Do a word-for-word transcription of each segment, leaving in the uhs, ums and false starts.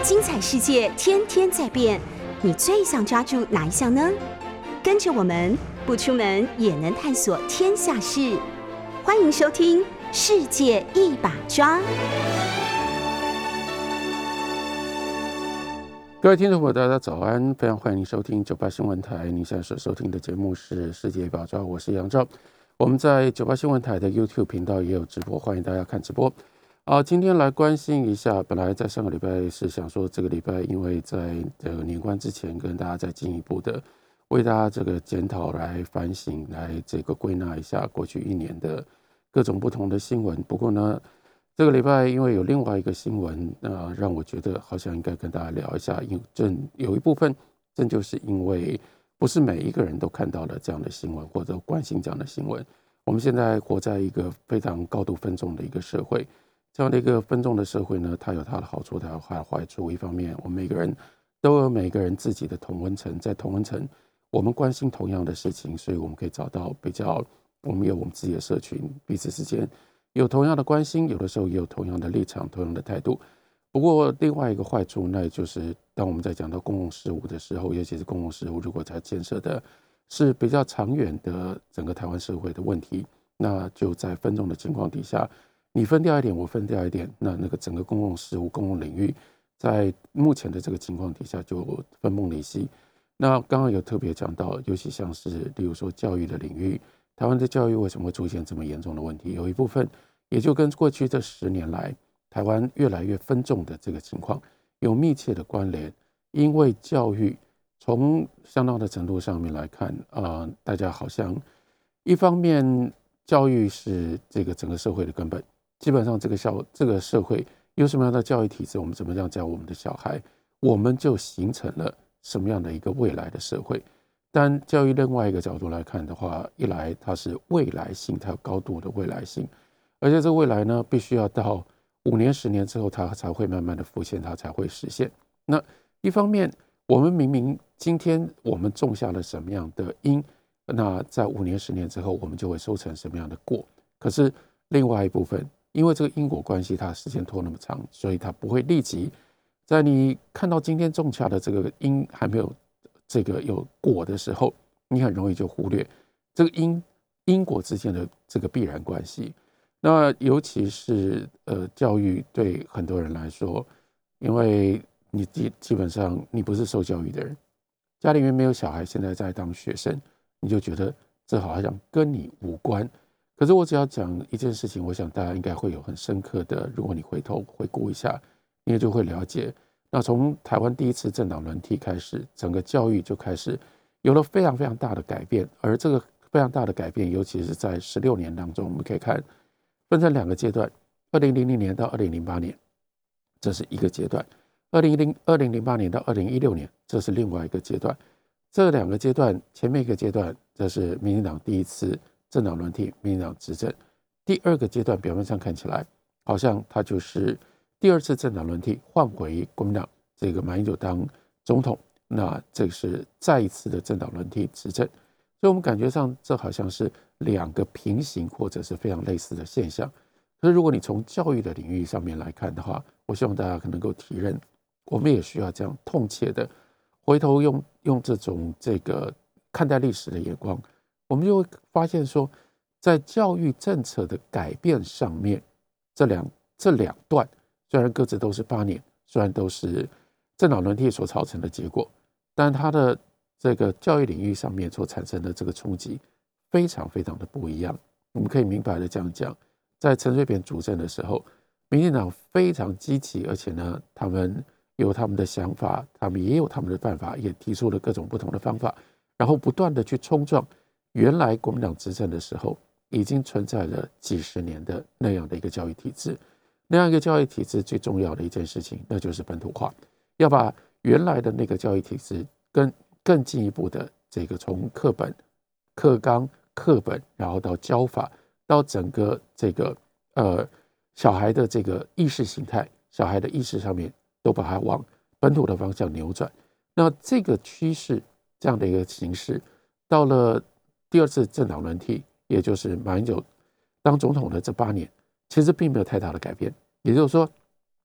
精彩世界天天在变，你最想抓住哪一项呢？跟着我们不出门也能探索天下事，欢迎收听《世界一把抓》。 各位听众朋友，大家早安，非常欢迎收听九八新闻台。您现在所收听的节目是《世界一把抓》，我是杨照。我们在九八新闻台的 YouTube 频道也有直播，欢迎大家看直播。啊，今天来关心一下，本来在上个礼拜是想说，这个礼拜因为在这个年关之前，跟大家再进一步的为大家这个检讨、来反省、来这个归纳一下过去一年的各种不同的新闻。不过呢，这个礼拜因为有另外一个新闻，呃，让我觉得好像应该跟大家聊一下，因正有一部分正就是因为不是每一个人都看到了这样的新闻，或者关心这样的新闻。我们现在活在一个非常高度分众的一个社会。这样的一个分众的社会呢，它有它的好处，它有它的坏处。一方面，我们每个人都有每个人自己的同温层，在同温层，我们关心同样的事情，所以我们可以找到比较，我们有我们自己的社群，彼此之间有同样的关心，有的时候也有同样的立场、同样的态度。不过，另外一个坏处，那也就是当我们在讲到公共事务的时候，尤其是公共事务，如果它建设的是比较长远的整个台湾社会的问题，那就在分众的情况底下。你分掉一点，我分掉一点，那那个整个公共事务、公共领域，在目前的这个情况底下就分崩离析。那刚刚有特别讲到，尤其像是例如说教育的领域，台湾的教育为什么会出现这么严重的问题？有一部分也就跟过去这十年来台湾越来越分众的这个情况有密切的关联。因为教育从相当的程度上面来看，呃，大家好像一方面教育是这个整个社会的根本。基本上这个校这个社会有什么样的教育体制，我们怎么样教我们的小孩，我们就形成了什么样的一个未来的社会。但教育另外一个角度来看的话，一来它是未来性，它有高度的未来性，而且这个未来呢，必须要到五年、十年之后，它才会慢慢的浮现，它才会实现。那一方面，我们明明今天我们种下了什么样的因，那在五年、十年之后，我们就会收成什么样的果。可是另外一部分，因为这个因果关系，它时间拖那么长，所以它不会立即在你看到今天种下的这个因还没有这个有果的时候，你很容易就忽略这个因因果之间的这个必然关系。那尤其是呃教育对很多人来说，因为你基基本上你不是受教育的人，家里面没有小孩现在在当学生，你就觉得这好像跟你无关。可是我只要讲一件事情，我想大家应该会有很深刻的，如果你回头回顾一下，你也就会了解。那从台湾第一次政党轮替开始，整个教育就开始有了非常非常大的改变。而这个非常大的改变，尤其是在十六年当中，我们可以看分成两个阶段，二零零零年到二零零八年，这是一个阶段；二零零八年到二零一六年，这是另外一个阶段。这两个阶段，前面一个阶段，这是民进党第一次政党轮替，民进党执政。第二个阶段表面上看起来好像它就是第二次政党轮替，换回国民党这个马英九当总统，那这是再一次的政党轮替执政。所以我们感觉上这好像是两个平行或者是非常类似的现象。可是如果你从教育的领域上面来看的话，我希望大家能够体认，我们也需要这样痛切的回头用用这种这个看待历史的眼光，我们就会发现说，在教育政策的改变上面，这两这两段虽然各自都是八年，虽然都是政党轮替所造成的结果，但它的这个教育领域上面所产生的这个冲击非常非常的不一样。我们可以明白的这样讲，在陈水扁主政的时候，民进党非常积极，而且呢，他们有他们的想法，他们也有他们的办法，也提出了各种不同的方法，然后不断的去冲撞原来国民党执政的时候已经存在了几十年的那样的一个教育体制。那样一个教育体制最重要的一件事情，那就是本土化，要把原来的那个教育体制跟更进一步的这个从课本、课纲、课本，然后到教法，到整个这个呃小孩的这个意识形态、小孩的意识上面，都把它往本土的方向扭转。那这个趋势，这样的一个形式，到了第二次政党轮替，也就是马英九当总统的这八年，其实并没有太大的改变。也就是说，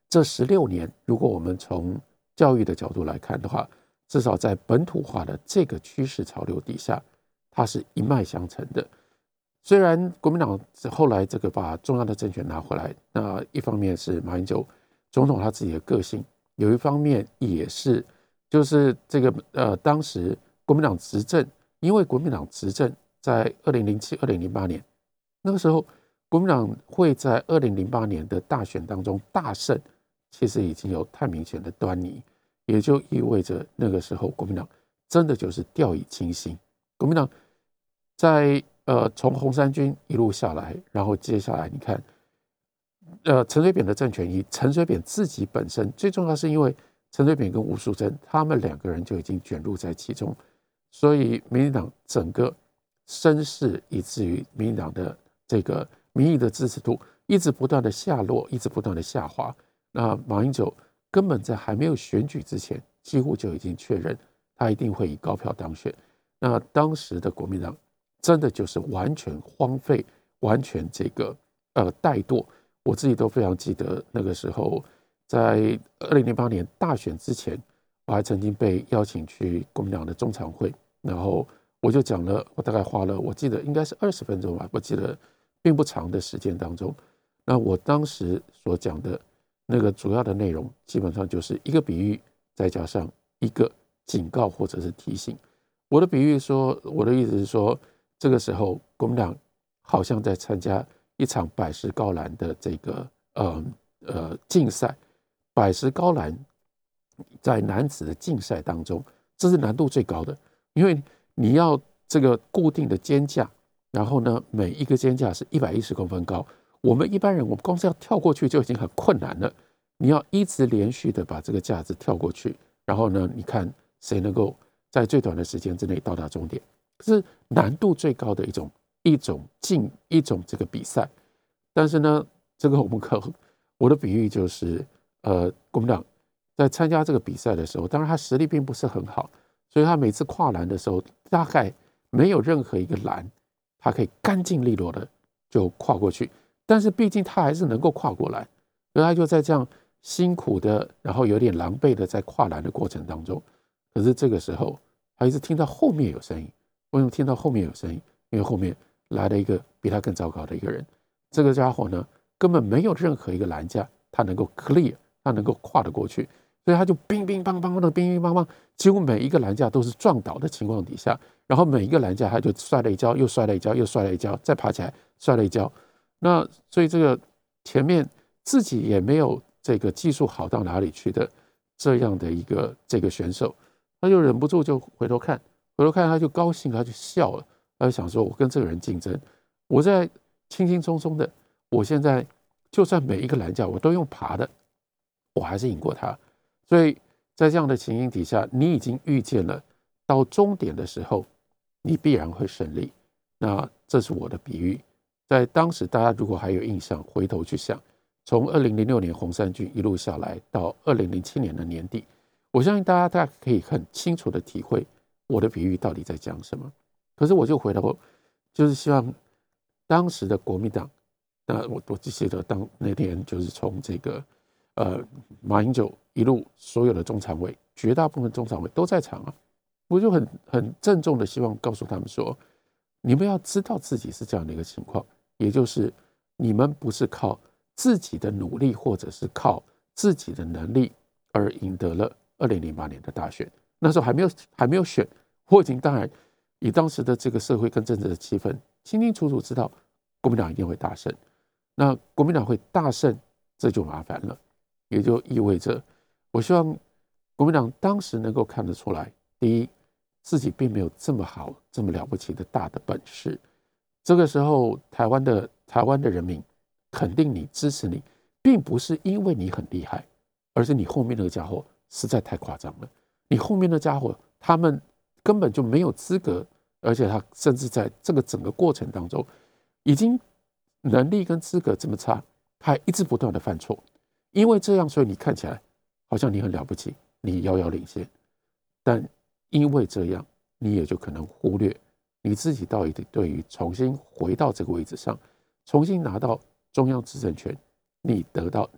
这十六年，如果我们从教育的角度来看的话，至少在本土化的这个趋势潮流底下，它是一脉相承的。虽然国民党后来这个把中央的政权拿回来，那一方面是马英九总统他自己的个性，有一方面也是就是这个呃当时国民党执政，因为国民党执政在二零零七、二零零八年那个时候，国民党会在二零零八年的大选当中大胜，其实已经有太明显的端倪，也就意味着那个时候国民党真的就是掉以轻心。国民党在呃，从红三军一路下来，然后接下来你看，呃，陈水扁的政权以陈水扁自己本身最重要，是因为陈水扁跟吴淑珍他们两个人就已经卷入在其中，所以民进党整个声势以至于民进党的这个民意的支持度一直不断的下落，一直不断的下滑。那马英九根本在还没有选举之前，几乎就已经确认他一定会以高票当选。那当时的国民党真的就是完全荒废，完全这个呃怠惰。我自己都非常记得那个时候，在二零零八年大选之前，我还曾经被邀请去国民党的中常会，然后我就讲了，我大概花了我记得应该是二十分钟吧，我记得并不长的时间当中，那我当时所讲的那个主要的内容，基本上就是一个比喻，再加上一个警告或者是提醒。我的比喻说，我的意思是说，这个时候国民党好像在参加一场百石高栏的这个呃呃竞赛。百石高栏在男子的竞赛当中，这是难度最高的，因为你要这个固定的肩架，然后呢，每一个肩架是一百一十公分高。我们一般人，我们光是要跳过去就已经很困难了，你要一直连续的把这个架子跳过去，然后呢，你看谁能够在最短的时间之内到达终点，是难度最高的一种一种竞一种这个比赛。但是呢，这个我们可我的比喻就是，呃，国民党在参加这个比赛的时候，当然他实力并不是很好，所以他每次跨栏的时候，大概没有任何一个栏他可以干净利落的就跨过去。但是毕竟他还是能够跨过来，所以他就在这样辛苦的，然后有点狼狈的在跨栏的过程当中。可是这个时候，他一直听到后面有声音。为什么听到后面有声音？因为后面来了一个比他更糟糕的一个人。这个家伙呢，根本没有任何一个栏架他能够 clear， 他能够跨得过去，所以他就乒乒乓乓的乒乒乓乓，几乎每一个栏架都是撞倒的情况底下，然后每一个栏架他就摔了一跤，又摔了一跤，又摔了一跤，再爬起来摔了一跤。那所以这个前面自己也没有这个技术好到哪里去的这样的一个这个选手，他就忍不住就回头看，回头看他就高兴，他就笑了，他就想说，我跟这个人竞争，我在轻轻松松的，我现在就算每一个栏架我都用爬的，我还是赢过他。所以在这样的情形底下，你已经预见了到终点的时候，你必然会胜利。那这是我的比喻。在当时大家如果还有印象，回头去想，从二零零六年红三军一路下来到二零零七年的年底，我相信大家大家可以很清楚的体会我的比喻到底在讲什么。可是我就回头就是希望当时的国民党，那我我记得当那天就是从这个呃马英九一路所有的中常委，绝大部分中常委都在场啊，我就很很郑重的希望告诉他们说，你们要知道自己是这样的一个情况，也就是你们不是靠自己的努力或者是靠自己的能力而赢得了二零零八年的大选。那时候还没有还没有选，我已经当然以当时的这个社会跟政治的气氛，清清楚楚知道国民党一定会大胜。那国民党会大胜，这就麻烦了，也就意味着，我希望国民党当时能够看得出来，第一，自己并没有这么好、这么了不起的大的本事。这个时候，台湾的台湾的人民肯定你、支持你，并不是因为你很厉害，而是你后面那个家伙实在太夸张了。你后面的家伙，他们根本就没有资格，而且他甚至在这个整个过程当中，已经能力跟资格这么差，他还一直不断的犯错。因为这样，所以你看起来好像你很了不起，你遥遥领先，但因为这样，你也就可能忽略你自己到底对于重新回到这个位置上，重新拿到中央执政权，你得到你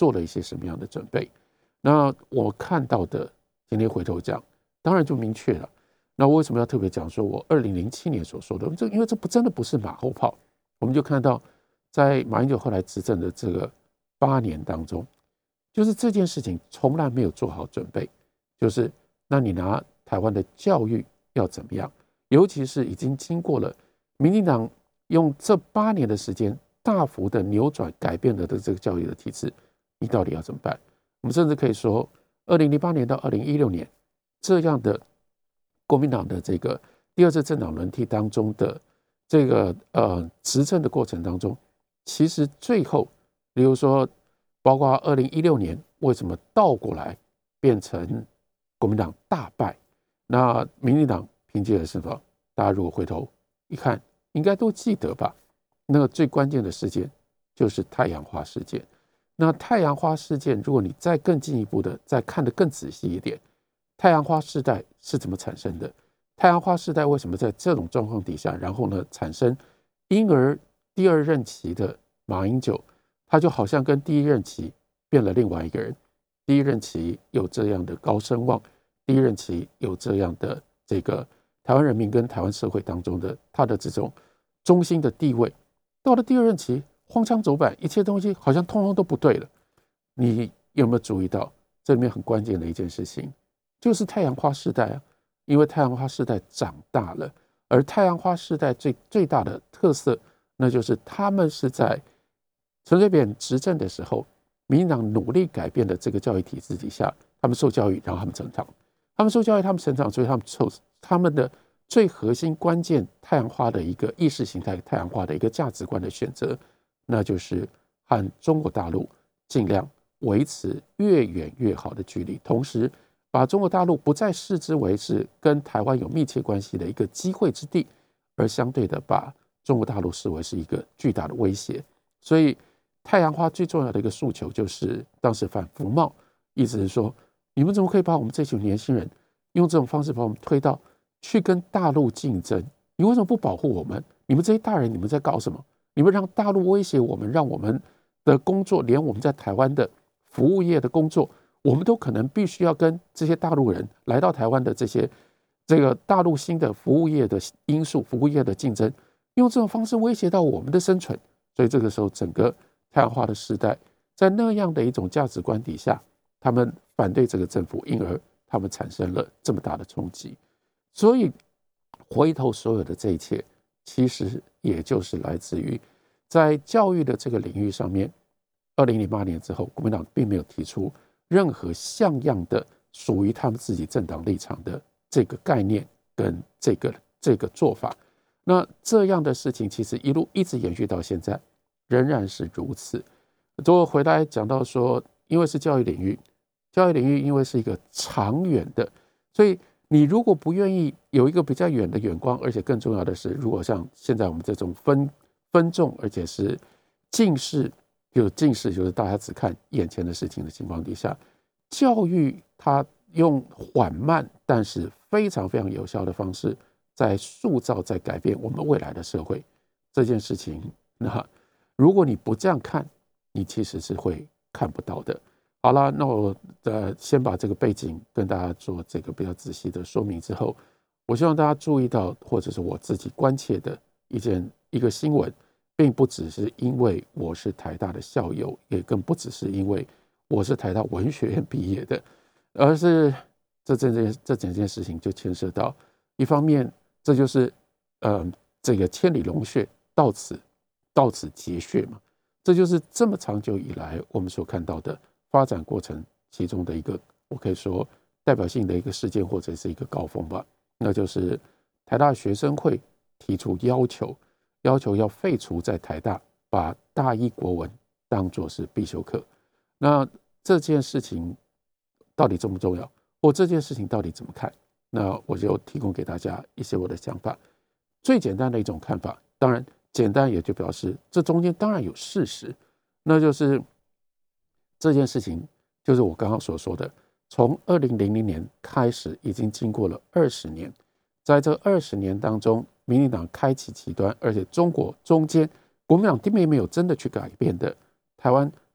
做了一些什么样的准备。那我看到的，今天回头讲，当然就明确了。那我为什么要特别讲说我二零零七年所说的？这因为这不真的不是马后炮，我们就看到在马英九后来执政的这个八年当中，就是这件事情从来没有做好准备，就是那你拿台湾的教育要怎么样？尤其是已经经过了民进党用这八年的时间大幅的扭转改变了的这个教育的体制，你到底要怎么办？我们甚至可以说，二零零八年到二零一六年这样的国民党的这个第二次政党轮替当中的这个呃执政的过程当中，其实最后，比如说包括二零一六年为什么倒过来变成国民党大败，那民进党凭借的是什么？大家如果回头一看，应该都记得吧？那个最关键的事件就是太阳花事件。那太阳花事件，如果你再更进一步的再看得更仔细一点，太阳花世代是怎么产生的？太阳花世代为什么在这种状况底下，然后呢产生，因而第二任期的马英九，他就好像跟第一任期变了另外一个人。第一任期有这样的高声望，第一任期有这样的这个台湾人民跟台湾社会当中的他的这种中心的地位，到了第二任期荒腔走板，一切东西好像通通都不对了。你有没有注意到这里面很关键的一件事情，就是太阳花世代啊？因为太阳花世代长大了，而太阳花世代最最大的特色，那就是他们是在陈水扁执政的时候，民进党努力改变的这个教育体制底下，他们受教育，然后他们成长，他们受教育，他们成长，所以他们受他们的最核心关键太阳花的一个意识形态，太阳花的一个价值观的选择，那就是和中国大陆尽量维持越远越好的距离，同时把中国大陆不再视之为是跟台湾有密切关系的一个机会之地，而相对的把中国大陆视为是一个巨大的威胁。所以太阳花最重要的一个诉求就是当时反服贸，意思是说，你们怎么可以把我们这群年轻人用这种方式把我们推到去跟大陆竞争？你为什么不保护我们？你们这些大人，你们在搞什么？你们让大陆威胁我们，让我们的工作，连我们在台湾的服务业的工作，我们都可能必须要跟这些大陆人来到台湾的这些这个大陆新的服务业的因素、服务业的竞争，用这种方式威胁到我们的生存。所以这个时候，整个太阳花的时代，在那样的一种价值观底下，他们反对这个政府，因而他们产生了这么大的冲击。所以回头所有的这一切，其实也就是来自于在教育的这个领域上面，二零零八年之后，国民党并没有提出任何像样的属于他们自己政党立场的这个概念跟这个这个做法。那这样的事情其实一路一直延续到现在，仍然是如此。如果回来讲到说，因为是教育领域，教育领域因为是一个长远的，所以你如果不愿意有一个比较远的眼光，而且更重要的是，如果像现在我们这种分分众，而且是近视，就近视就是大家只看眼前的事情的情况底下，教育它用缓慢但是非常非常有效的方式，在塑造、在改变我们未来的社会这件事情，那如果你不这样看，你其实是会看不到的。好了，那我呃先把这个背景跟大家做这个比较仔细的说明之后，我希望大家注意到，或者是我自己关切的一件一个新闻，并不只是因为我是台大的校友，也更不只是因为我是台大文学院毕业的，而是这整件这整件事情就牵涉到一方面，这就是呃这个千里龙穴到此到此结穴嘛，这就是这么长久以来我们所看到的发展过程其中的一个，我可以说代表性的一个事件或者是一个高峰吧，那就是台大学生会提出要求，要求要废除在台大把大一国文当作是必修课。那这件事情到底重不重要，或这件事情到底怎么看？那我就提供给大家一些我的想法。最简单的一种看法，当然简单也就表示这中间当然有事实，那就是这件事情就是我刚刚所说的，从二零零零年开始，已经经过了二十年，在这二十年当中，民进党开启极端，而且中国中间国民党并没有真的去改变的台湾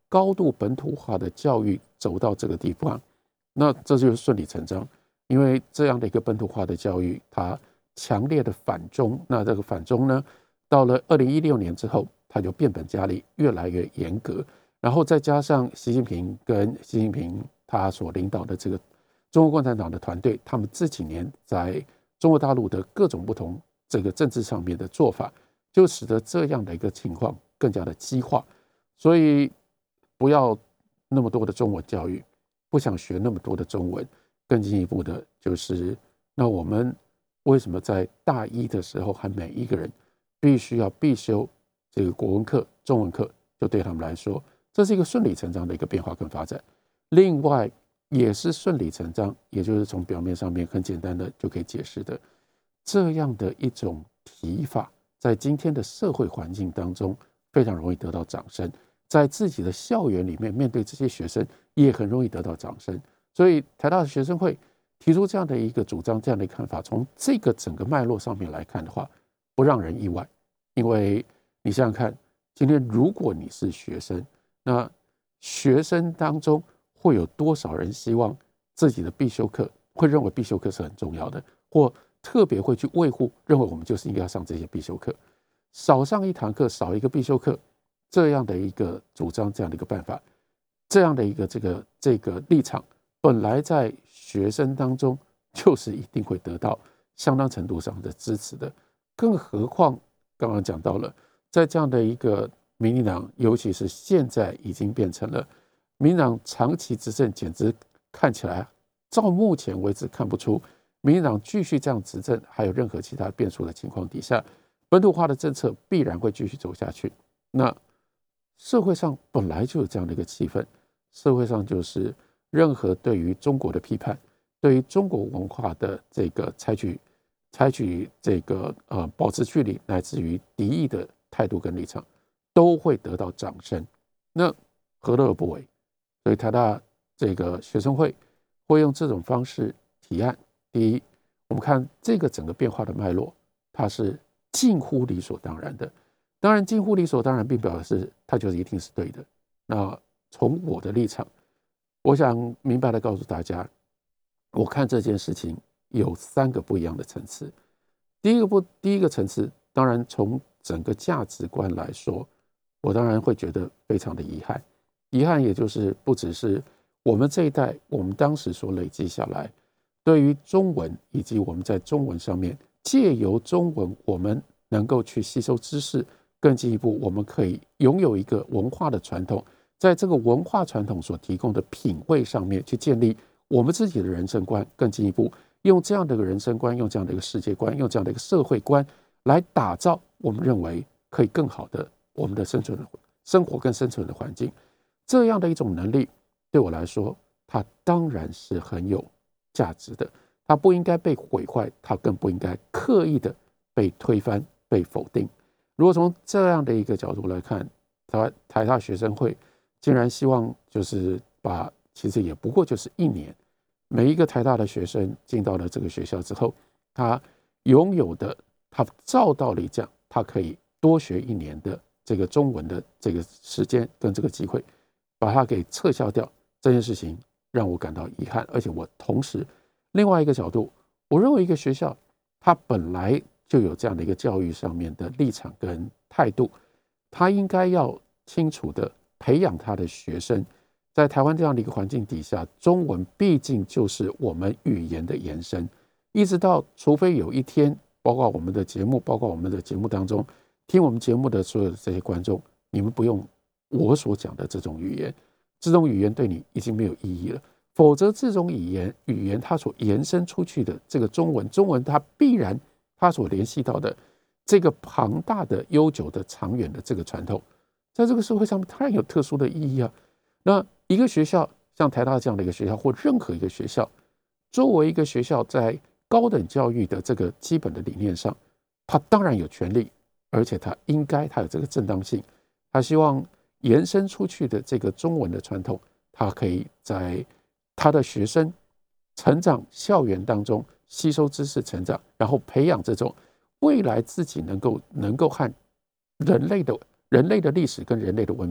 高度本土化的教育走到这个地方，那这就是顺理成章。因为这样的一个本土化的教育，它强烈的反中，那这个反中呢，到了二零一六年之后，它就变本加厉，越来越严格。然后再加上习近平跟习近平他所领导的这个中国共产党的团队，他们这几年在中国大陆的各种不同这个政治上面的做法，就使得这样的一个情况更加的激化。所以不要那么多的中文教育，不想学那么多的中文。更进一步的就是，那我们为什么在大一的时候，还每一个人必须要必修这个国文课、中文课？就对他们来说，这是一个顺理成章的一个变化跟发展。另外，也是顺理成章，也就是从表面上面很简单的就可以解释的，这样的一种提法，在今天的社会环境当中非常容易得到掌声，在自己的校园里面面对这些学生也很容易得到掌声。所以台大的学生会提出这样的一个主张，这样的一个看法，从这个整个脉络上面来看的话，不让人意外。因为你想想看，今天如果你是学生，那学生当中会有多少人希望自己的必修课，会认为必修课是很重要的，或特别会去维护，认为我们就是应该要上这些必修课，少上一堂课，少一个必修课，这样的一个主张，这样的一个办法，这样的一个这个这个立场，本来在学生当中就是一定会得到相当程度上的支持的，更何况刚刚讲到了，在这样的一个民进党，尤其是现在已经变成了民进党长期执政，简直看起来到目前为止看不出民进党继续这样执政还有任何其他变数的情况底下，本土化的政策必然会继续走下去。那社会上本来就有这样的一个气氛，社会上就是任何对于中国的批判，对于中国文化的这个采取采取这个呃保持距离乃至于敌意的态度跟立场，都会得到掌声。那何乐而不为？所以台大这个学生会会用这种方式提案。第一，我们看这个整个变化的脉络，它是近乎理所当然的。当然，近乎理所当然并表示它就是一定是对的。那从我的立场，我想明白的告诉大家，我看这件事情有三个不一样的层次。第一个不，第一个层次，当然从整个价值观来说，我当然会觉得非常的遗憾。遗憾也就是不只是我们这一代，我们当时所累积下来，对于中文以及我们在中文上面借由中文，我们能够去吸收知识，更进一步，我们可以拥有一个文化的传统，在这个文化传统所提供的品味上面去建立我们自己的人生观，更进一步用这样的一个人生观，用这样的一个世界观，用这样的一个社会观来打造我们认为可以更好的我们的生存生活跟生存的环境。这样的一种能力对我来说，它当然是很有价值的，它不应该被毁坏，它更不应该刻意的被推翻、被否定。如果从这样的一个角度来看，台台大学生会竟然希望就是把，其实也不过就是一年，每一个台大的学生进到了这个学校之后，他拥有的，他照道理讲，他可以多学一年的这个中文的这个时间跟这个机会，把它给撤销掉，这件事情让我感到遗憾。而且我同时另外一个角度，我认为一个学校它本来就有这样的一个教育上面的立场跟态度，它应该要清楚的培养他的学生，在台湾这样的一个环境底下，中文毕竟就是我们语言的延伸，一直到除非有一天，包括我们的节目，包括我们的节目当中听我们节目的所有的这些观众，你们不用我所讲的这种语言，这种语言对你已经没有意义了。否则这种语言语言它所延伸出去的这个中文，中文它必然它所联系到的这个庞大的悠久的长远的这个传统，在这个社会上当然有特殊的意义啊。那一个学校像台大这样的一个学校，或任何一个学校，作为一个学校在高等教育的这个基本的理念上，它当然有权利，而且它应该它有这个正当性，它希望延伸出去的这个中文的传统，它可以在他的学生成长校园当中吸收知识成长，然后培养这种未来自己能够能够和人类的人类的历史跟人类的文明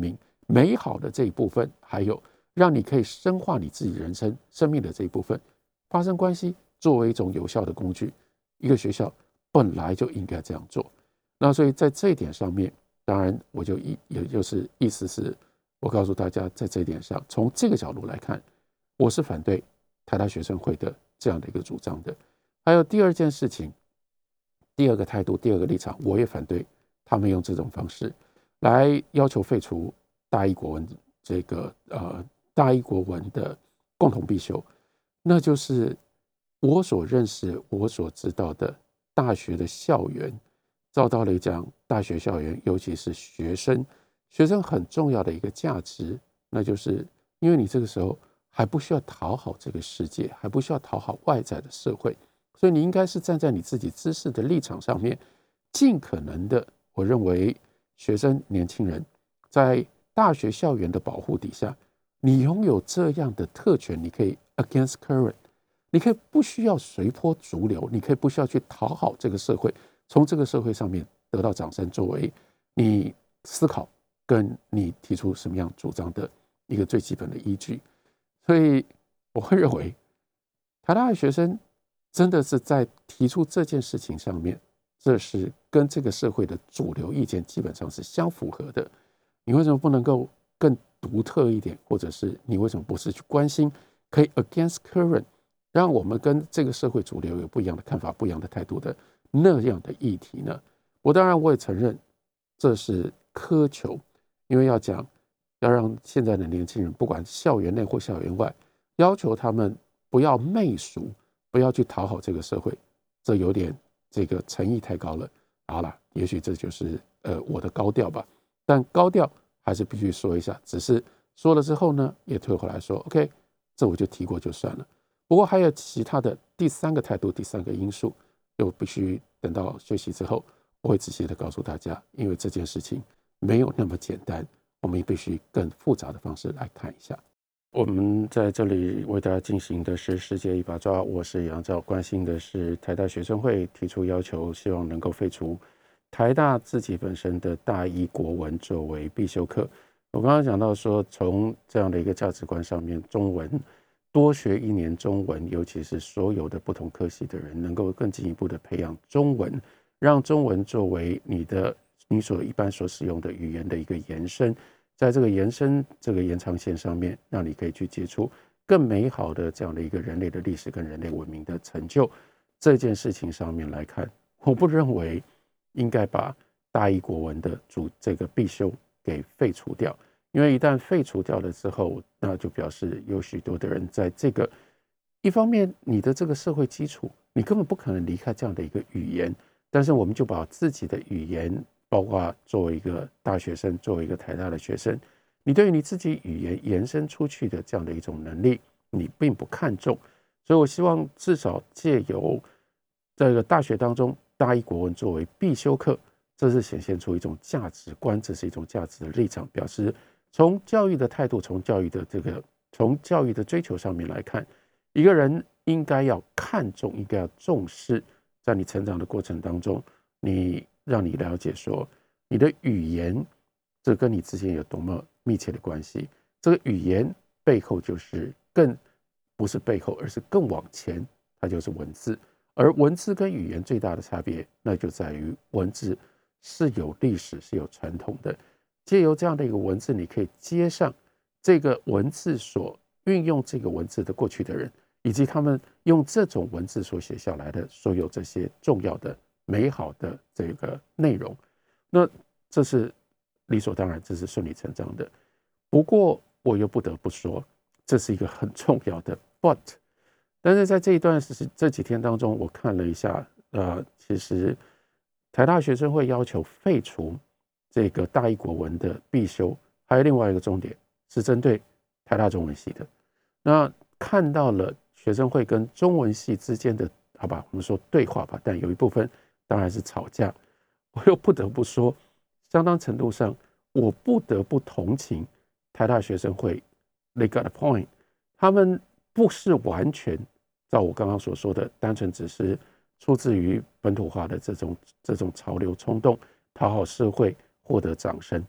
美好的这一部分，还有让你可以深化你自己人生生命的这一部分，发生关系作为一种有效的工具，一个学校本来就应该这样做。那所以在这一点上面，当然我就意也就是意思是，我告诉大家，在这一点上，从这个角度来看，我是反对台大学生会的这样的一个主张的。还有第二件事情，第二个态度，第二个立场，我也反对他们用这种方式来要求废除大一国文这个呃大一国文的共同必修，那就是我所认识、我所知道的大学的校园。照道理讲，大学校园，尤其是学生，学生很重要的一个价值，那就是因为你这个时候还不需要讨好这个世界，还不需要讨好外在的社会，所以你应该是站在你自己知识的立场上面，尽可能的，我认为学生、年轻人在大学校园的保护底下，你拥有这样的特权，你可以 against current， 你可以不需要随波逐流，你可以不需要去讨好这个社会，从这个社会上面得到掌声，作为你思考跟你提出什么样主张的一个最基本的依据。所以我会认为，台大的学生真的是在提出这件事情上面，这是跟这个社会的主流意见基本上是相符合的。你为什么不能够更独特一点，或者是你为什么不是去关心可以 against current， 让我们跟这个社会主流有不一样的看法、不一样的态度的那样的议题呢？我当然我也承认这是苛求，因为要讲要让现在的年轻人，不管校园内或校园外，要求他们不要媚俗，不要去讨好这个社会，这有点这个诚意太高了。好了，也许这就是呃我的高调吧，但高调还是必须说一下，只是说了之后呢，也退回来说 OK， 这我就提过就算了。不过还有其他的第三个态度、第三个因素，又必须等到休息之后，我会仔细的告诉大家，因为这件事情没有那么简单，我们也必须更复杂的方式来看一下。我们在这里为大家进行的是世界一把抓，我是杨照，关心的是台大学生会提出要求，希望能够废除台大自己本身的大一国文作为必修课。我刚刚讲到说，从这样的一个价值观上面，中文多学一年中文，尤其是所有的不同科系的人，能够更进一步的培养中文，让中文作为你的你所一般所使用的语言的一个延伸，在这个延伸这个延长线上面，让你可以去接触更美好的这样的一个人类的历史跟人类文明的成就。这件事情上面来看，我不认为应该把大一国文的主这个必修给废除掉，因为一旦废除掉了之后，那就表示有许多的人在这个一方面，你的这个社会基础，你根本不可能离开这样的一个语言，但是我们就把自己的语言，包括作为一个大学生，作为一个台大的学生，你对于你自己语言延伸出去的这样的一种能力，你并不看重。所以我希望至少借由这个大学当中大一国文作为必修课，这是显现出一种价值观，这是一种价值的立场，表示从教育的态度，从教育的这个从教育的追求上面来看，一个人应该要看重，应该要重视，在你成长的过程当中，你让你了解说，你的语言这跟你之间有多么密切的关系。这个语言背后就是更不是背后，而是更往前，它就是文字。而文字跟语言最大的差别，那就在于文字是有历史、是有传统的。借由这样的一个文字，你可以接上这个文字所运用这个文字的过去的人，以及他们用这种文字所写下来的所有这些重要的、美好的这个内容。那这是理所当然，这是顺理成章的。不过我又不得不说，这是一个很重要的 but。但是在这一段这几天当中，我看了一下，呃，其实台大学生会要求废除这个大一国文的必修，还有另外一个重点是针对台大中文系的。那看到了学生会跟中文系之间的，好吧，我们说对话吧，但有一部分当然是吵架。我又不得不说，相当程度上，我不得不同情台大学生会 ，they got a point， 他们不是完全照我刚刚所说的，单纯只是出自于本土化的这种这种潮流冲动，讨好社会，获得掌声。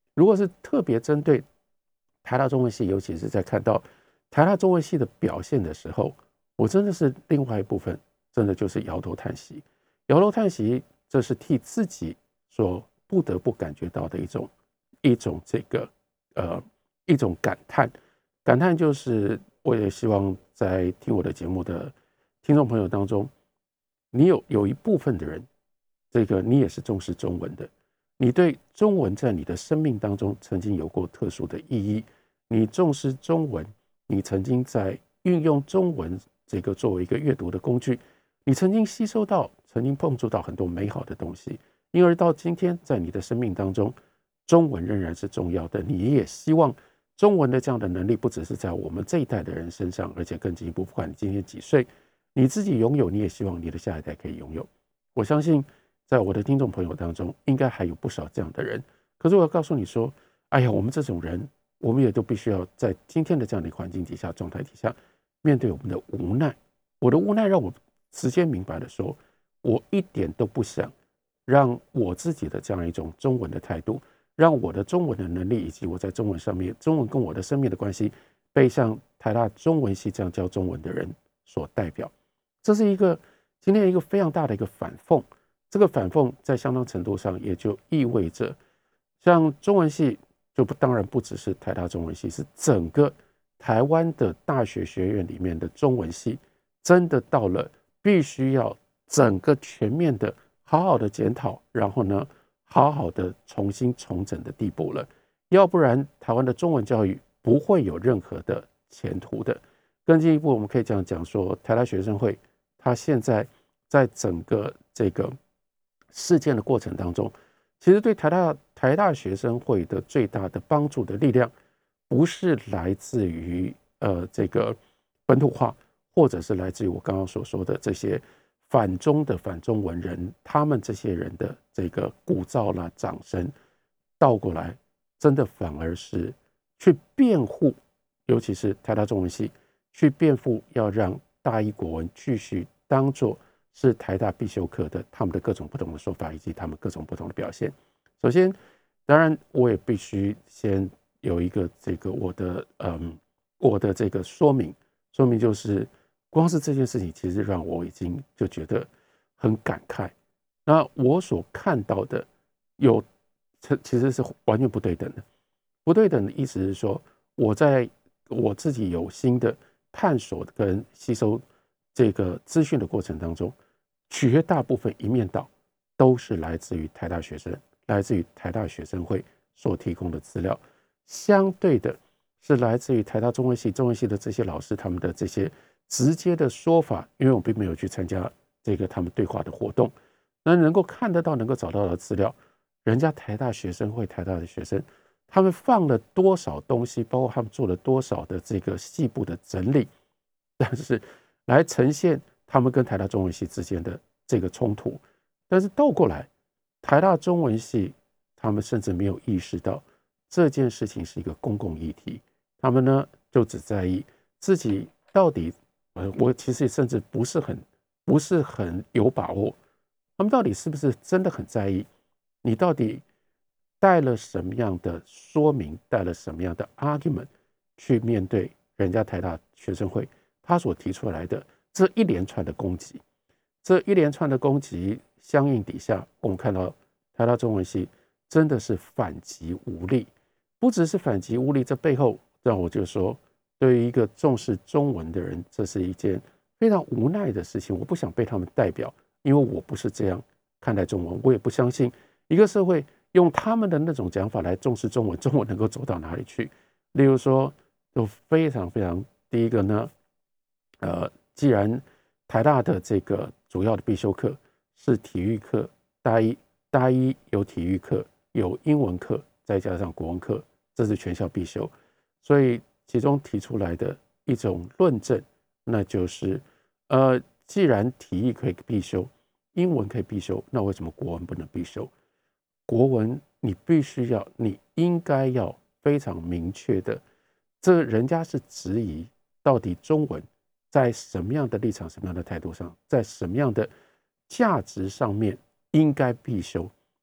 如果是特别针对台大中文系，尤其是在看到台大中文系的表现的时候，我真的是另外一部分，真的就是摇头叹息。摇头叹息，这是替自己所不得不感觉到的一种一种这个呃一种感叹。感叹就是，我也希望在听我的节目的听众朋友当中，你有有一部分的人，这个你也是重视中文的，你对中文在你的生命当中曾经有过特殊的意义，你重视中文，你曾经在运用中文这个作为一个阅读的工具，你曾经吸收到，曾经碰触到很多美好的东西，因而到今天在你的生命当中，中文仍然是重要的。你也希望中文的这样的能力不只是在我们这一代的人身上，而且更进一步，不管你今天几岁，你自己拥有，你也希望你的下一代可以拥有。我相信在我的听众朋友当中，应该还有不少这样的人。可是我要告诉你说，哎呀，我们这种人，我们也都必须要在今天的这样的环境底下、状态底下，面对我们的无奈。我的无奈让我直接明白的说，我一点都不想让我自己的这样一种中文的态度，让我的中文的能力以及我在中文上面，中文跟我的生命的关系，被像台大中文系这样教中文的人所代表。这是一个今天一个非常大的一个反讽。这个反讽在相当程度上也就意味着，像中文系就不当然不只是台大中文系，是整个台湾的大学学院里面的中文系，真的到了必须要整个全面的好好的检讨，然后呢好好的重新重整的地步了。要不然台湾的中文教育不会有任何的前途的。更进一步，我们可以这样讲说，台大学生会它现在在整个这个事件的过程当中，其实对台大台大学生会的最大的帮助的力量，不是来自于呃这个本土化，或者是来自于我刚刚所说的这些反中的反中文人，他们这些人的这个鼓噪啦、掌声，倒过来，真的反而是去辩护，尤其是台大中文系去辩护，要让大一国文继续当作是台大必修课的他们的各种不同的说法，以及他们各种不同的表现。首先，当然我也必须先有一个这个我的嗯我的这个说明，说明就是光是这件事情，其实让我已经就觉得很感慨。那我所看到的有其实是完全不对等的，不对等的意思是说，我在我自己有心的探索跟吸收这个资讯的过程当中，绝大部分一面倒都是来自于台大学生，来自于台大学生会所提供的资料，相对的是来自于台大中文系中文系的这些老师他们的这些直接的说法，因为我并没有去参加这个他们对话的活动，那能够看得到能够找到的资料，人家台大学生会台大的学生他们放了多少东西，包括他们做了多少的这个细部的整理，但是来呈现他们跟台大中文系之间的这个冲突。但是倒过来，台大中文系他们甚至没有意识到这件事情是一个公共议题，他们呢就只在意自己到底，呃，我其实甚至不是很不是很有把握，他们到底是不是真的很在意你到底带了什么样的说明，带了什么样的 argument 去面对人家台大学生会他所提出来的这一连串的攻击。这一连串的攻击相应底下，我们看到台大中文系真的是反击无力，不只是反击无力，这背后让我就说，对于一个重视中文的人，这是一件非常无奈的事情。我不想被他们代表，因为我不是这样看待中文，我也不相信一个社会用他们的那种讲法来重视中文，中文能够走到哪里去。例如说，就非常非常第一个呢，呃，既然台大的这个主要的必修课是体育课，大一大一有体育课，有英文课，再加上国文课，这是全校必修。所以其中提出来的一种论证，那就是呃，既然体育可以必修，英文可以必修，那为什么国文不能必修？国文你必须要，你应该要非常明确的，这人家是质疑到底中文在什么样的立场、什么样的态度上，在什么样的价值上面应该必修。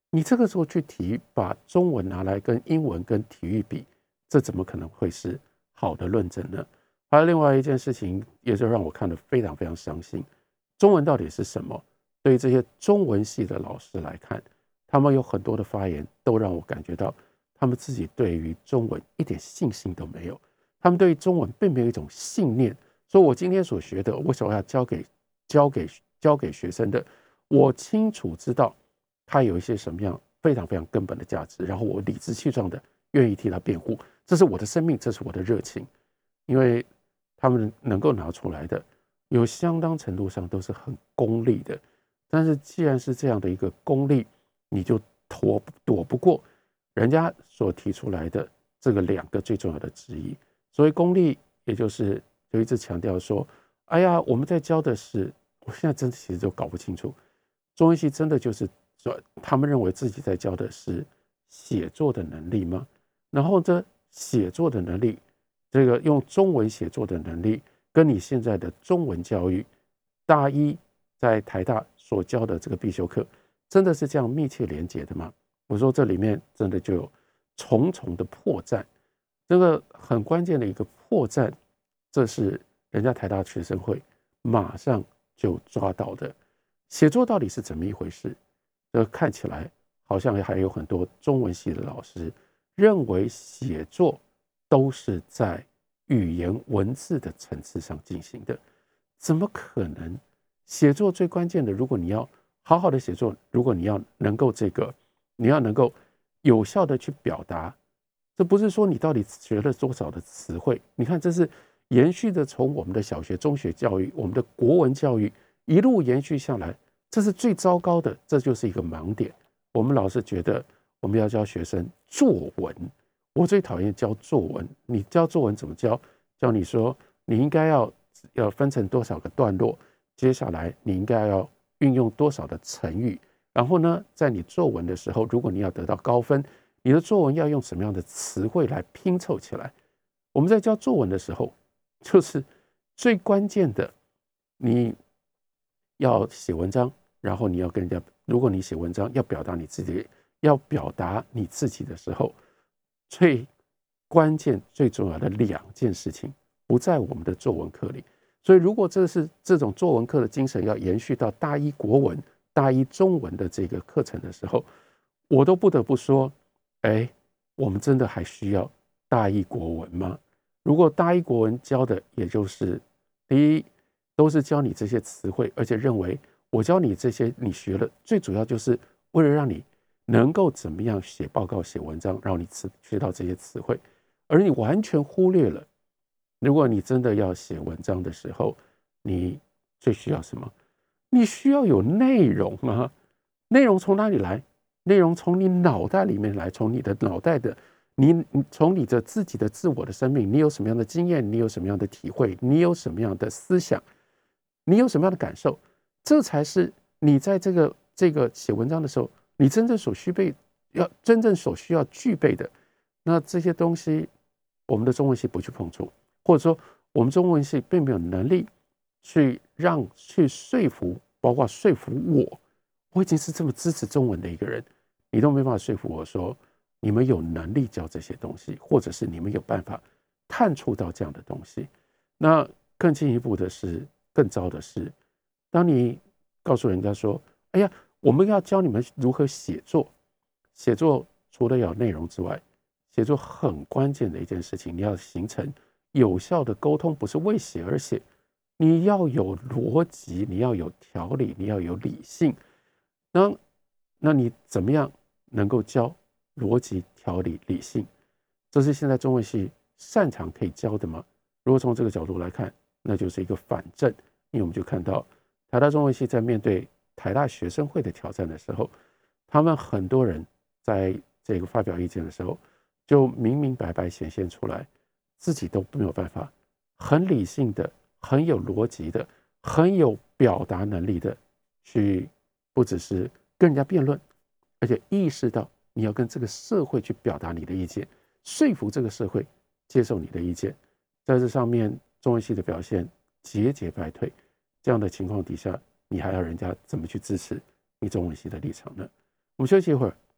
你这个时候去提把中文拿来跟英文跟体育比，这怎么可能会是好的论证呢？还有另外一件事情，也就让我看得非常非常伤心。中文到底是什么？对于这些中文系的老师来看，他们有很多的发言都让我感觉到，他们自己对于中文一点信心都没有。他们对于中文并没有一种信念，说我今天所学的，为什么要教给教给教给学生的？我清楚知道它有一些什么样非常非常根本的价值，然后我理直气壮的愿意替他辩护，这是我的生命，这是我的热情。因为他们能够拿出来的，有相当程度上都是很功利的。但是既然是这样的一个功利，你就躲躲不过人家所提出来的这个两个最重要的质疑。所谓功利，也就是就一直强调说，哎呀，我们在教的是，我现在真的其实都搞不清楚，中文系真的就是说，他们认为自己在教的是写作的能力吗？然后这写作的能力，这个用中文写作的能力，跟你现在的中文教育，大一在台大所教的这个必修课，真的是这样密切连结的吗？我说这里面真的就有重重的破绽，这个很关键的一个破绽，这是人家台大学生会马上就抓到的。写作到底是怎么一回事？这看起来好像还有很多中文系的老师认为写作都是在语言文字的层次上进行的，怎么可能？写作最关键的，如果你要好好的写作，如果你要能够这个，你要能够有效的去表达，这不是说你到底学了多少的词汇。你看，这是延续的从我们的小学、中学教育，我们的国文教育一路延续下来，这是最糟糕的，这就是一个盲点。我们老是觉得我们要教学生作文，我最讨厌教作文。你教作文怎么教？教你说你应该要要分成多少个段落。接下来你应该要运用多少的成语，然后呢，在你作文的时候，如果你要得到高分，你的作文要用什么样的词汇来拼凑起来？我们在教作文的时候，就是最关键的，你要写文章，然后你要跟人家，如果你写文章要表达你自己，要表达你自己的时候，最关键、最重要的两件事情，不在我们的作文课里。所以如果这是这种作文课的精神要延续到大一国文、大一中文的这个课程的时候，我都不得不说，哎，我们真的还需要大一国文吗？如果大一国文教的也就是第一都是教你这些词汇，而且认为我教你这些你学了，最主要就是为了让你能够怎么样写报告、写文章，让你学到这些词汇，而你完全忽略了，如果你真的要写文章的时候，你最需要什么？你需要有内容啊！内容从哪里来？内容从你脑袋里面来，从你的脑袋的，你从你的自己的自我的生命，你有什么样的经验？你有什么样的体会？你有什么样的思想？你有什么样的感受？这才是你在这个这个写文章的时候，你真正所需备要真正所需要具备的。那这些东西，我们的中文系不去碰触。或者说我们中文系并没有能力去让去说服，包括说服我，我已经是这么支持中文的一个人，你都没办法说服我说你们有能力教这些东西，或者是你们有办法探触到这样的东西。那更进一步的是，更糟的是，当你告诉人家说，哎呀，我们要教你们如何写作，写作除了有内容之外，写作很关键的一件事情，你要形成有效的沟通，不是为写而写，你要有逻辑，你要有条理，你要有理性。那那你怎么样能够教逻辑、条理、理性？这是现在中文系擅长可以教的吗？如果从这个角度来看，那就是一个反证。因为我们就看到台大中文系在面对台大学生会的挑战的时候，他们很多人在这个发表意见的时候，就明明白白显现出来，自己都没有办法很理性的、很有逻辑的、很有表达能力的去，不只是跟人家辩论，而且意识到你要跟这个社会去表达你的意见，说服这个社会接受你的意见。在这上面，中文系的表现节节败退。这样的情况底下，你还要人家怎么去支持你中文系的立场呢？我们休息一会儿，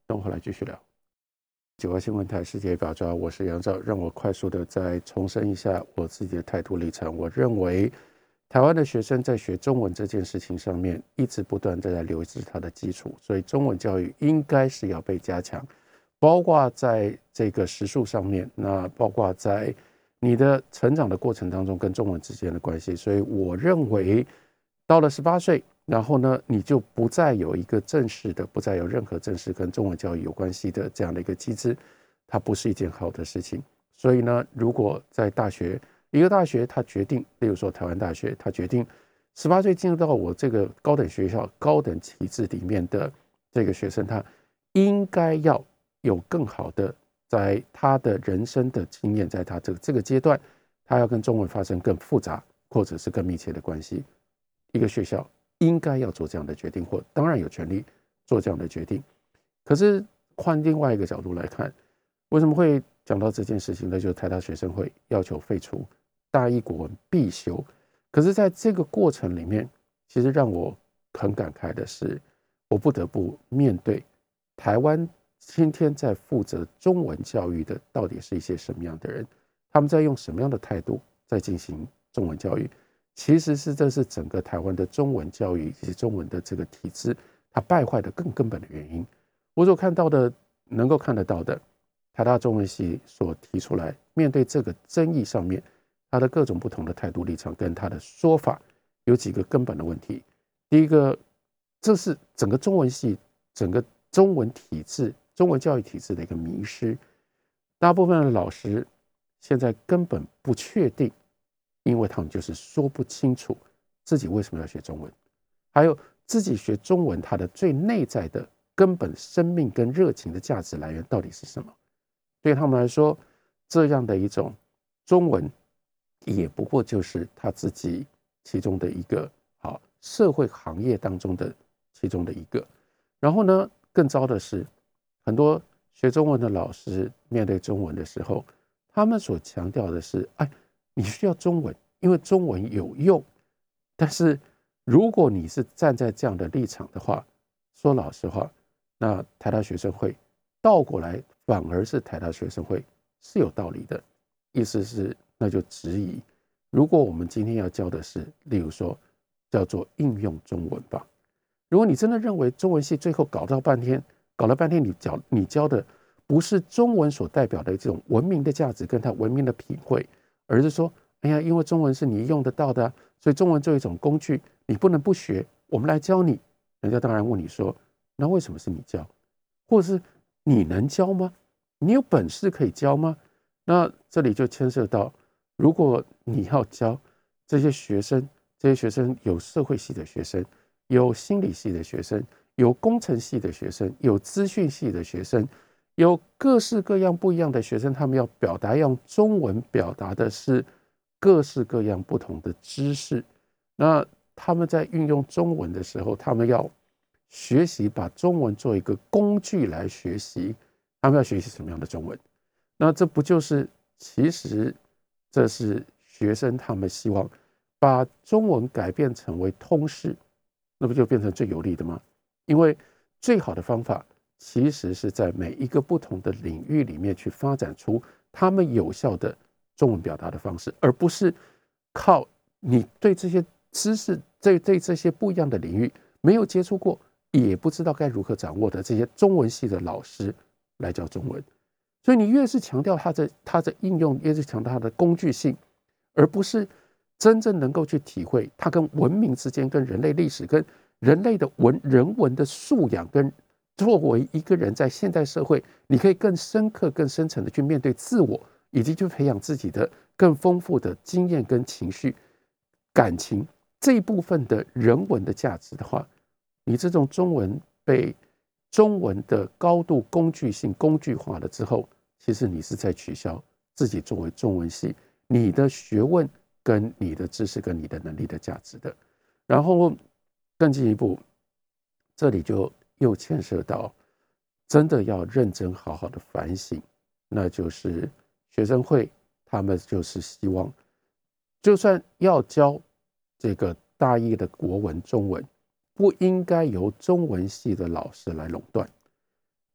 等我回来继续聊。九八新闻台世界表彰，我是杨照，让我快速的再重申一下我自己的态度立场。我认为台湾的学生在学中文这件事情上面，一直不断的在流失他的基础，所以中文教育应该是要被加强，包括在这个时数上面，那包括在你的成长的过程当中跟中文之间的关系。所以我认为到了十八岁，然后呢，你就不再有一个正式的，不再有任何正式跟中文教育有关系的这样的一个机制，它不是一件好的事情。所以呢，如果在大学，一个大学它决定，例如说台湾大学，它决定十八岁进入到我这个高等学校、高等体制里面的这个学生，他应该要有更好的，在他的人生的经验，在他这个这个阶段，他要跟中文发生更复杂或者是更密切的关系。一个学校应该要做这样的决定，或当然有权利做这样的决定。可是换另外一个角度来看，为什么会讲到这件事情呢？就是台大学生会要求废除大一国文必修。可是在这个过程里面，其实让我很感慨的是，我不得不面对台湾今天在负责中文教育的到底是一些什么样的人，他们在用什么样的态度在进行中文教育。其实是这是整个台湾的中文教育以及中文的这个体制它败坏的更根本的原因。我所看到的，能够看得到的，台大中文系所提出来面对这个争议上面，他的各种不同的态度立场跟他的说法有几个根本的问题。第一个，这是整个中文系整个中文体制中文教育体制的一个迷失。大部分的老师现在根本不确定，因为他们就是说不清楚自己为什么要学中文，还有自己学中文它的最内在的根本生命跟热情的价值来源到底是什么。对他们来说，这样的一种中文也不过就是他自己其中的一个好社会行业当中的其中的一个。然后呢，更糟的是，很多学中文的老师面对中文的时候，他们所强调的是，哎，你需要中文，因为中文有用。但是如果你是站在这样的立场的话，说老实话，那台大学生会倒过来反而是台大学生会是有道理的。意思是，那就质疑，如果我们今天要教的是，例如说叫做应用中文吧，如果你真的认为中文系最后搞到半天，搞了半天你教你教的不是中文所代表的这种文明的价值跟它文明的品味，而是说，哎呀，因为中文是你用得到的，所以中文作为一种工具，你不能不学，我们来教你。人家当然问你说，那为什么是你教？或者是你能教吗？你有本事可以教吗？那这里就牵涉到，如果你要教这些学生，这些学生有社会系的学生，有心理系的学生，有工程系的学生，有资讯系的学生，有各式各样不一样的学生，他们要表达用中文表达的是各式各样不同的知识。那他们在运用中文的时候，他们要学习把中文做一个工具来学习。他们要学习什么样的中文？那这不就是其实这是学生他们希望把中文改变成为通识，那不就变成最有利的吗？因为最好的方法其实是在每一个不同的领域里面去发展出他们有效的中文表达的方式，而不是靠你对这些知识对对这些不一样的领域没有接触过，也不知道该如何掌握的这些中文系的老师来教中文。所以你越是强调它的它的应用，越是强调它的工具性，而不是真正能够去体会它跟文明之间、跟人类历史、跟人类的文人文的素养，跟作为一个人在现代社会，你可以更深刻、更深层的去面对自我，以及去培养自己的更丰富的经验跟情绪、感情这一部分的人文的价值的话，你这种中文被中文的高度工具性工具化了之后，其实你是在取消自己作为中文系你的学问跟你的知识跟你的能力的价值的。然后更进一步，这里就又牵涉到真的要认真好好的反省，那就是学生会他们就是希望，就算要教这个大一的国文中文，不应该由中文系的老师来垄断。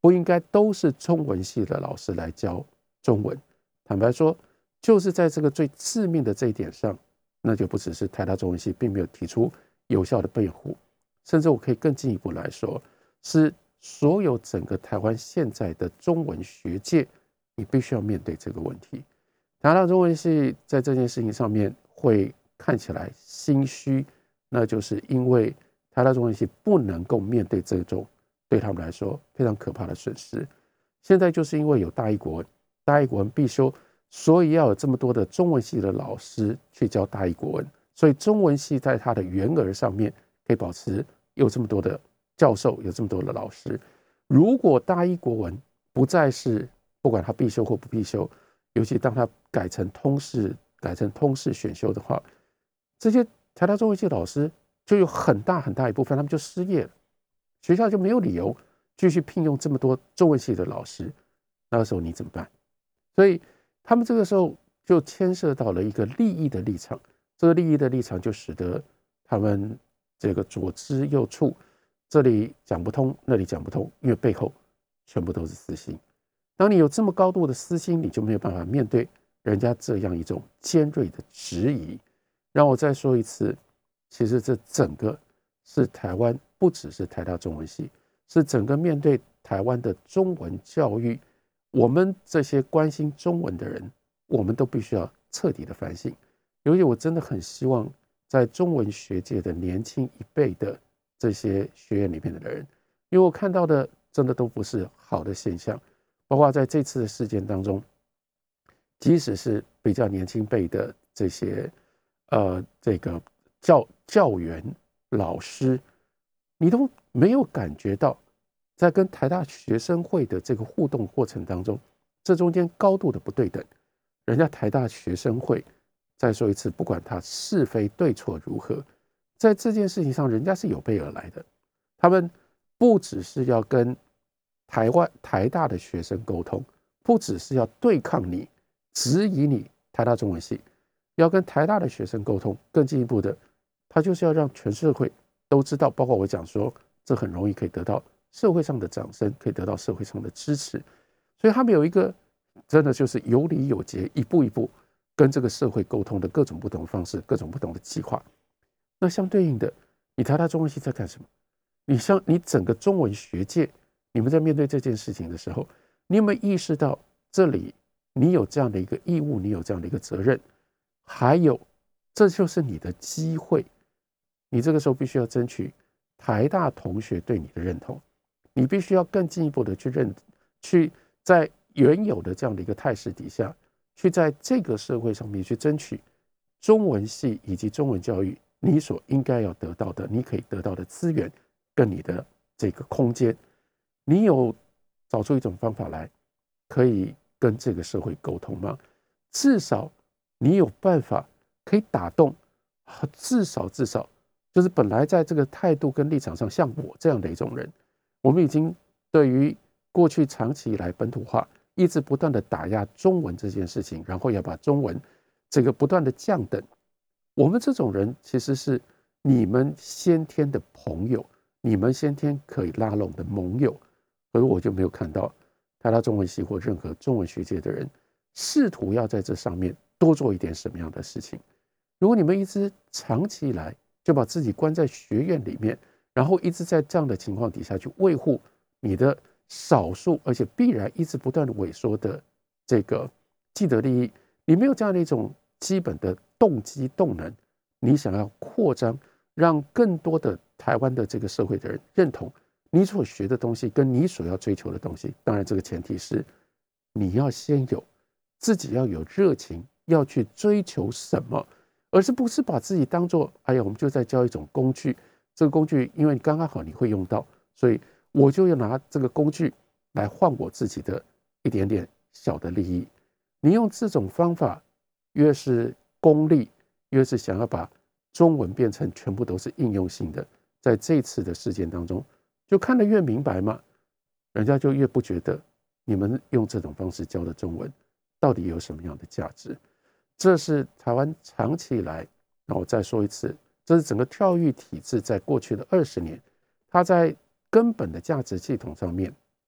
不应该都是中文系的老师来教中文。坦白说，就是在这个最致命的这一点上，那就不只是台大中文系并没有提出有效的辩护，甚至我可以更进一步来说，是所有整个台湾现在的中文学界，你必须要面对这个问题。台大中文系在这件事情上面会看起来心虚，那就是因为台大中文系不能够面对这种对他们来说非常可怕的损失。现在就是因为有大一国文，大一国文必修，所以要有这么多的中文系的老师去教大一国文，所以中文系在它的员额上面可以保持有这么多的教授，有这么多的老师。如果大一国文不再是不管它必修或不必修，尤其当它改成通识改成通识选修的话，这些台大中文系老师就有很大很大一部分他们就失业了，学校就没有理由继续聘用这么多中文系的老师，那个时候你怎么办？所以他们这个时候就牵涉到了一个利益的立场，这个利益的立场就使得他们这个左支右绌，这里讲不通，那里讲不通，因为背后全部都是私心。当你有这么高度的私心，你就没有办法面对人家这样一种尖锐的质疑。让我再说一次，其实这整个是台湾，不只是台大中文系，是整个面对台湾的中文教育，我们这些关心中文的人，我们都必须要彻底的反省。尤其我真的很希望在中文学界的年轻一辈的这些学院里面的人，因为我看到的真的都不是好的现象，包括在这次的事件当中，即使是比较年轻辈的这些呃这个教教员老师，你都没有感觉到在跟台大学生会的这个互动过程当中，这中间高度的不对等。人家台大学生会，再说一次，不管他是非对错如何，在这件事情上，人家是有备而来的。他们不只是要跟台湾台大的学生沟通，不只是要对抗你、质疑你台大中文系，要跟台大的学生沟通，更进一步的，他就是要让全社会都知道，包括我讲说，这很容易可以得到社会上的掌声，可以得到社会上的支持。所以他们有一个真的就是有理有节，一步一步跟这个社会沟通的各种不同的方式，各种不同的计划。那相对应的，你台大中文系在干什么？你像你整个中文学界，你们在面对这件事情的时候，你有没有意识到这里你有这样的一个义务，你有这样的一个责任，还有这就是你的机会。你这个时候必须要争取台大同学对你的认同，你必须要更进一步的去认，去在原有的这样的一个态势底下，去在这个社会上面去争取中文系以及中文教育你所应该要得到的，你可以得到的资源跟你的这个空间。你有找出一种方法来可以跟这个社会沟通吗？至少你有办法可以打动，至少至少就是本来在这个态度跟立场上像我这样的一种人，我们已经对于过去长期以来本土化一直不断的打压中文这件事情，然后要把中文这个不断的降等，我们这种人其实是你们先天的朋友，你们先天可以拉拢的盟友，而我就没有看到台大中文系或任何中文学界的人试图要在这上面多做一点什么样的事情。如果你们一直长期以来就把自己关在学院里面，然后一直在这样的情况底下去维护你的少数而且必然一直不断的萎缩的这个既得利益，你没有这样的一种基本的动机动能，你想要扩张，让更多的台湾的这个社会的人认同你所学的东西跟你所要追求的东西。当然这个前提是你要先有自己要有热情，要去追求什么，而是不是把自己当作哎呀我们就在教一种工具，这个工具因为刚刚好你会用到，所以我就要拿这个工具来换我自己的一点点小的利益。你用这种方法越是功利，越是想要把中文变成全部都是应用性的，在这次的事件当中就看得越明白嘛，人家就越不觉得你们用这种方式教的中文到底有什么样的价值。这是台湾长期以来，那我再说一次，这是整个教育体制在过去的二十年，它在根本的价值系统上面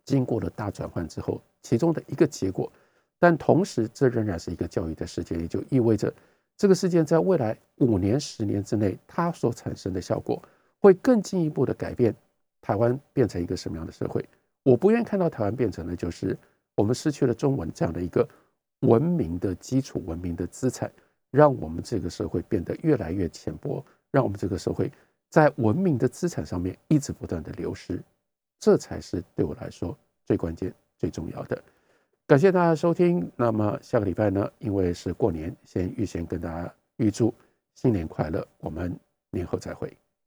经过了大转换之后，其中的一个结果。但同时，这仍然是一个教育的事件，也就意味着这个事件在未来五年、十年之内，它所产生的效果会更进一步的改变台湾变成一个什么样的社会。我不愿意看到台湾变成的就是我们失去了中文这样的一个文明的基础、文明的资产，让我们这个社会变得越来越浅薄，让我们这个社会在文明的资产上面一直不断的流失，这才是对我来说最关键、最重要的。感谢大家收听。那么下个礼拜呢，因为是过年，先预先跟大家预祝新年快乐，我们年后再会。